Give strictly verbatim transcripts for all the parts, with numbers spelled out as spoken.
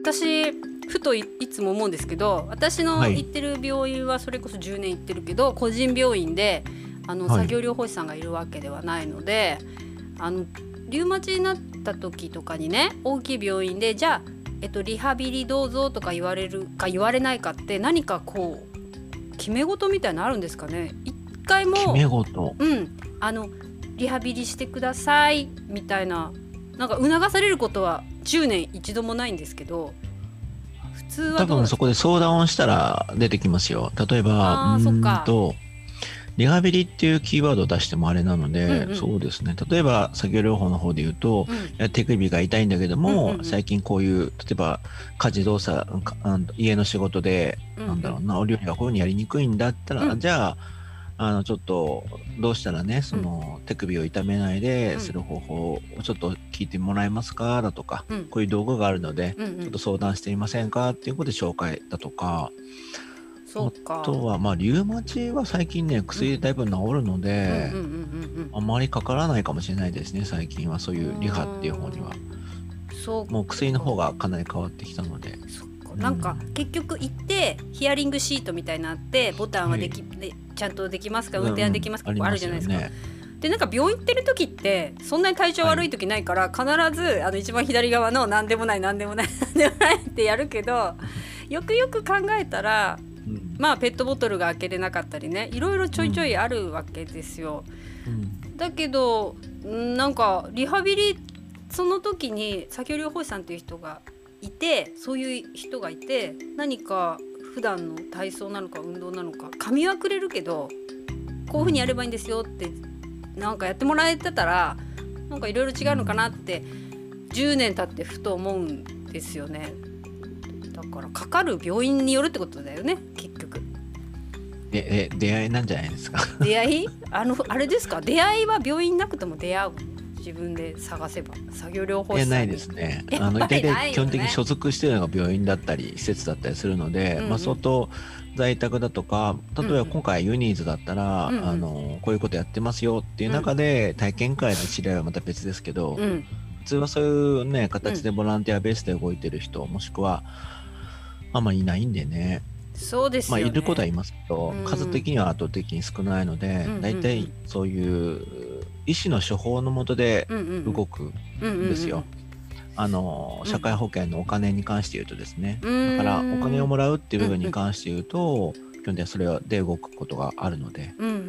私ふと い, いつも思うんですけど、私のはい。 行ってる病院はそれこそじゅうねん行ってるけど個人病院であのはい。 作業療法士さんがいるわけではないので、あのリウマチになった時とかにね、大きい病院でじゃあ、えっと、リハビリどうぞとか言われるか言われないかって何かこう決め事みたいなのあるんですかね。一回決もめ事。 うんあのリハビリしてくださいみたいな、なんか促されることはじゅうねん一度もないんですけど、普通は多どうなんですか？ 分そこで相談をしたら出てきますよ。例えば、うあーそっか。 ーんと、リハビリっていうキーワードを出してもあれなので、 うんうんそうですね。例えば、作業療法の方で言うと、 うんいや手首が痛いんだけどうんうんうも、 ん最近こういう、例えば、家事動作、かあの家の仕事で、 うんうんなんだろうな、お料理がこういうふうにやりにくいんだったら、 うんじゃあ、あの、ちょっと、どうしたらね、そうんの、手首を痛めないうんでする方法をちょっと聞いてもらえますかだとか、 うんこういう道具があるので、 うんうん。 ちょっと相談してみませんかっていうことで紹介だとか、あそうか。 とは、まあ、リウマチは最近ね、薬でだいぶ治るので、 うんうんうんあまりかからないかもしれないですね、最近はそううんういうリハっていう方には。 ん。そうか。 もう薬の方がかなり変わってきたので。 そっか。 うなんかん。 結局行ってヒアリングシートみたいなのあって、ボタンははい。 できでちゃんとできますか、運うんうん。 転はできますか、ここあありまるじゃないですか。 すよね。 でなんか病院行ってる時ってそんなに体調はい。 悪い時ないから、必ずあの一番左側の何でもない何でもない何でもないってやるけど、よくよく考えたら、 うん。 まあペットボトルが開けれなかったりね、いろいろちょいちょいうん。 あるわけですよ。 うん。 だけどんなんかリハビリ、その時に作業療法士さんっていう人がいて、そういう人がいて、何か普段の体操なのか運動なのか紙はくれるけど、こういう風にやれうん。 ばいいんですよってなんかやってもらえてたら、なんかいろいろ違うのかなってじゅうねん経ってふと思うんですよね。だからかかる病院によるってことだよね、結局。 で、え、出会いなんじゃないですか。 出会いあのあれですか、出会いは病院なくても出会う、自分で探せば作業療法え、ないで士さんに。 すね。 やあの、大っぱりな体基本的にいよね。 所属しているのが病院だったり、施設だったりするので、まあ、 うんうん相当在宅だとか、例うんうんえば今回ユニーズだったら、 うんうんあの、こういうことやってますよっていううん中で、体験会の知り合いはまた別ですけど、 うん普通はそういうね、 うん形でボランティアベースで動いてる人、もしくは、あんまりいないんでね。 そうでまあ、いることはすよね。 いますけうど、数ん的には圧倒的に少ないので、 うんうんう大体んそういう医師の処方のもとでうんうん動くうんうんんですよ。 うんあの、 うん社会保険のお金に関して言うとですね。 うだから、お金んうんをもらうっていう部分にうん関して言うと、基本的にそれで動くことがあるので。 うんうん。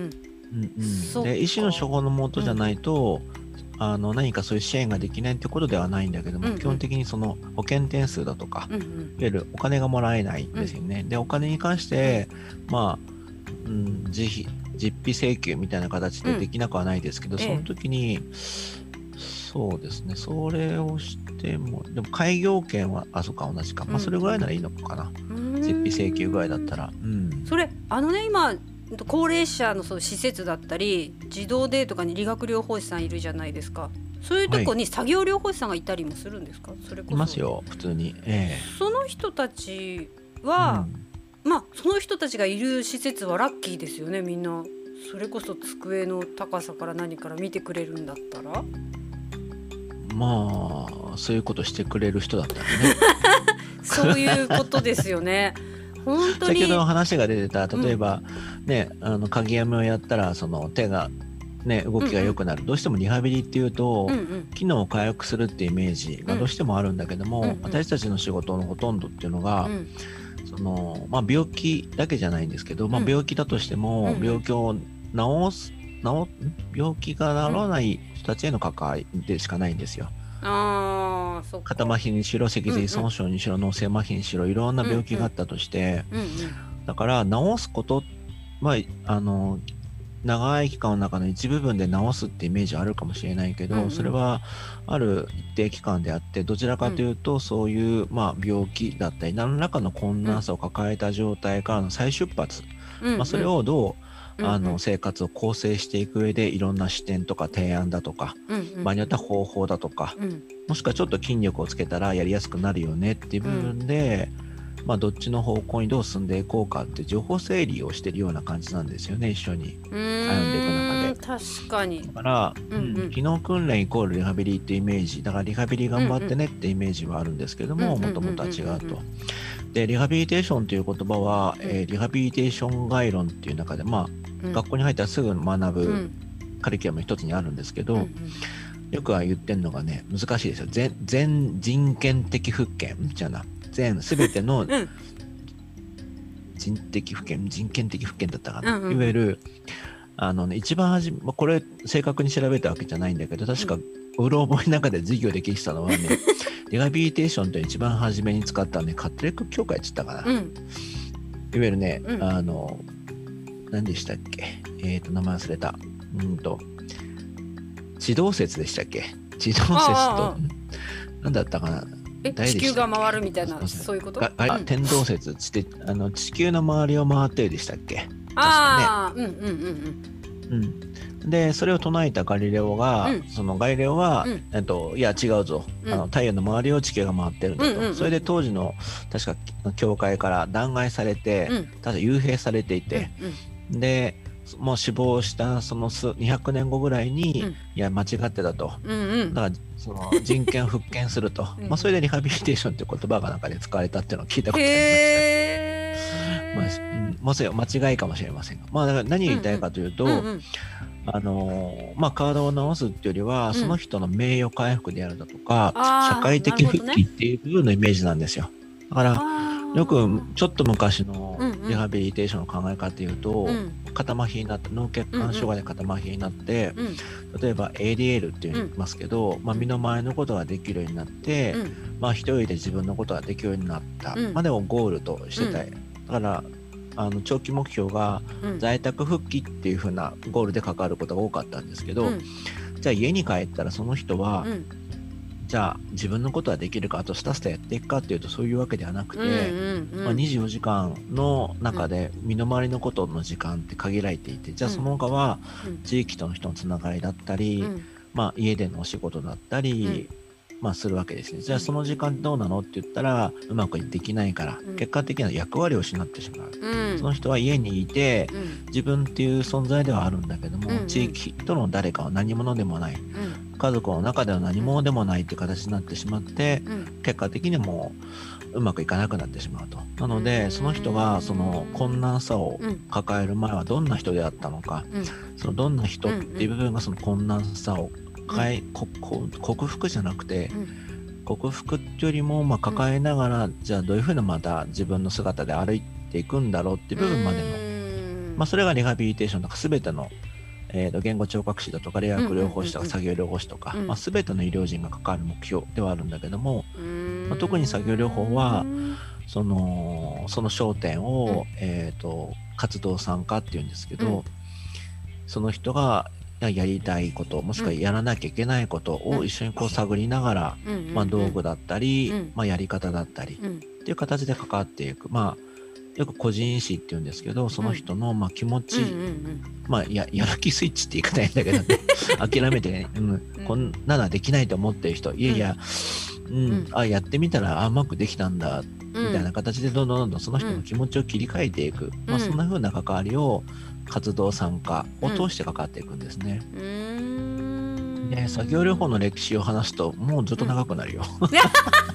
うんうん。 そっで、医師の処か。 方のもとじゃうんないと、あの、何かそういう支援ができないってことではないんだけども、 うんうん基本的にその保険点数だとか、 うんうんいわゆるお金がもらえないんうんですよね。で、お金に関しうんて、まあ、うん、自費、実費請求みたいな形ででうん。 きなくはないですけど、そのええ。 時に、そうですね、それをしても、でも開業権は、あ、そっか、同じか。まあ、それぐらいならいいのかな。 う実費請求ぐらいだっーん。 たら。うん。 それあのね、今高齢者のそう施設だったり児童デーとかに理学療法士さんいるじゃないですか。そういうとはい。 こに作業療法士さんがいたりもするんですか？それいこそますよ、普通に。えその人たちえ。うは、 ん。 まあその人たちがいる施設はラッキーですよね、みんな。それこそ机の高さから何から見てくれるんだったら。 まあ、そういうことしてくれる人だったらね。 そういうことですよね。本当先ほどのに。 話が出てた、 うん例えば、ね、あの、鍵編みをやったら、その手が、ね、動きがうんうん良くなる。どうしてもリハビリっていうと、 うんうん機能を回復するっていうイメージうんがどうしてもあるんだけども、 うんうん私たちの仕事のほとんどっていうのが、 うんその、まあ、病気だけじゃないんですけど、まあ、 うん病気だとしてうんも、 うん病気を治す、治、ん病気が治らない人たちへの関わりでしかないんですよ。 ああ、そっ肩か。 麻痺にしろ、脊髄うんうん損傷にしろ、脳性麻痺にしろ、いろんな病気があったとして、 うんうんだから治すことは、あの、長い期間の中の一部分で治すってイメージはあるかもしれないけど、 うんうんそれはある一定期間であって、どちらかというと、そういう、まあ、病気だったり、何らかの困難さを抱えた状態からの再出発、 うんうんまあ、それをどう、 うんうんあの、生活を構成していく上で、いろんな視点とか提案だとか、 うんうん場合によっては方法だとか、 うんもしくはちょっと筋力をつけたらやりやすくなるよねっていう部分で、まあ、どっちの方向にどう進んでいこうかって情報整理をしてるような感じなんですよね、一緒にう歩んでいく中で。 ーん、 確かに。 だから、 うんうん、 機能訓練イコールリハビリってイメージだから、リハビリ頑張ってねってイメージはあるんですけども、もともとは違うと。でリハビリテーションという言葉は、うん、えー、リハビリテーション概論っていう中で、まあ、うん、学校に入ったらすぐ学ぶカリキュラム一つにあるんですけど、うんうん、よくは言ってるのがね、難しいですよ。全全人権的復権じゃな全全ての人的復権、人権的復権だったかな、うんうん、いわゆるあの、ね、一番初め、これ正確に調べたわけじゃないんだけど、確かうろ覚えの中で授業で聞いてたのはねリハビリテーションと一番初めに使ったね、カトリック教会って言ったかな、うん、いわゆるね、うん、あの何でしたっけ、えっ、ー、と名前忘れた、うんと地動説でしたっけ、地動説と何だったかな、 え地球が回るみたいな、そういうこと、 あ、うん、天動説つってあの地球の周りを回ってるでしたっけ、 ああ、ね、うんうんうんうんうん、でそれを唱えたガリレオが、うん、そのガリレオは、うんえっと、いや違うぞ、うん、あの太陽の周りを地球が回ってるんだと、うんうんうん、それで当時の確か教会から弾劾されて、うん、ただ幽閉されていて、うんうん、でもう死亡したそのにひゃくねんごぐらいに、うん、いや間違ってたと、うんうん、だからその人権復権すると、うんまあ、それでリハビリテーションって言葉がなんかで使われたっていうのを聞いたことありました、ね、まあ、うん、もし間違いかもしれませんが、まあ、だから何を言いたいかというと、うんうんうんうん、あのまあ、体を治すっていうよりは、うん、その人の名誉回復であるだとか、社会的復帰っていう部分のイメージなんですよ。だからよくちょっと昔のリハビリテーションの考え方というと、うん、肩麻痺になって脳血管障害で肩麻痺になって、うんうん、例えば エーディーエル って言いますけど、うんまあ、身の回りのことができるようになって、うんまあ、一人で自分のことができるようになったまでをゴールとしてたい、うん、だからあの長期目標が在宅復帰っていう風なゴールで関わることが多かったんですけど、うん、じゃあ家に帰ったらその人は、うんじゃあ自分のことはできるか、あとスタスタやっていくかっていうとそういうわけではなくて、うんうんうんまあ、にじゅうよじかんの中で身の回りのことの時間って限られていて、じゃあその他は地域との人のつながりだったり、うんまあ、家でのお仕事だったり、うんまあ、するわけですね。じゃあその時間どうなのって言ったらうまくできないから、うん、結果的な役割を失ってしまう、うん、その人は家にいて、うん、自分っていう存在ではあるんだけども、うんうん、地域との誰かは何者でもない、うん家族の中では何者でもないという形になってしまって、うん、結果的にもううまくいかなくなってしまうと。なのでその人がその困難さを抱える前はどんな人であったのか、うん、そのどんな人っていう部分がその困難さを変え、うん、克服じゃなくて、うん、克服っていうよりもまあ抱えながら、うん、じゃあどういうふうなまた自分の姿で歩いていくんだろうっていう部分までの、まあ、それがリハビリテーションとか全てのえー、と言語聴覚士だとか理学療法士とか作業療法士とか、うんまあ、全ての医療人が関わる目標ではあるんだけども、まあ、特に作業療法はそのその焦点を、うんえー、と活動参加っていうんですけど、うん、その人がやりたいこともしくはやらなきゃいけないことを一緒にこう探りながら、うんまあ、道具だったり、うんまあ、やり方だったり、うん、っていう形で関わっていく。まあよく個人意思って言うんですけど、その人のまあ気持ち、うんうんうん、まあ や, やる気スイッチって言い方ないんだけど、ね、諦めてね、うん、こんなのはできないと思ってる人、いやいや、うんうん、あやってみたらあうまくできたんだ、みたいな形でどんどんどんどんその人の気持ちを切り替えていく、うんまあ、そんな風な関わりを活動参加を通して関わっていくんですね。うん、で作業療法の歴史を話すともうずっと長くなるよ。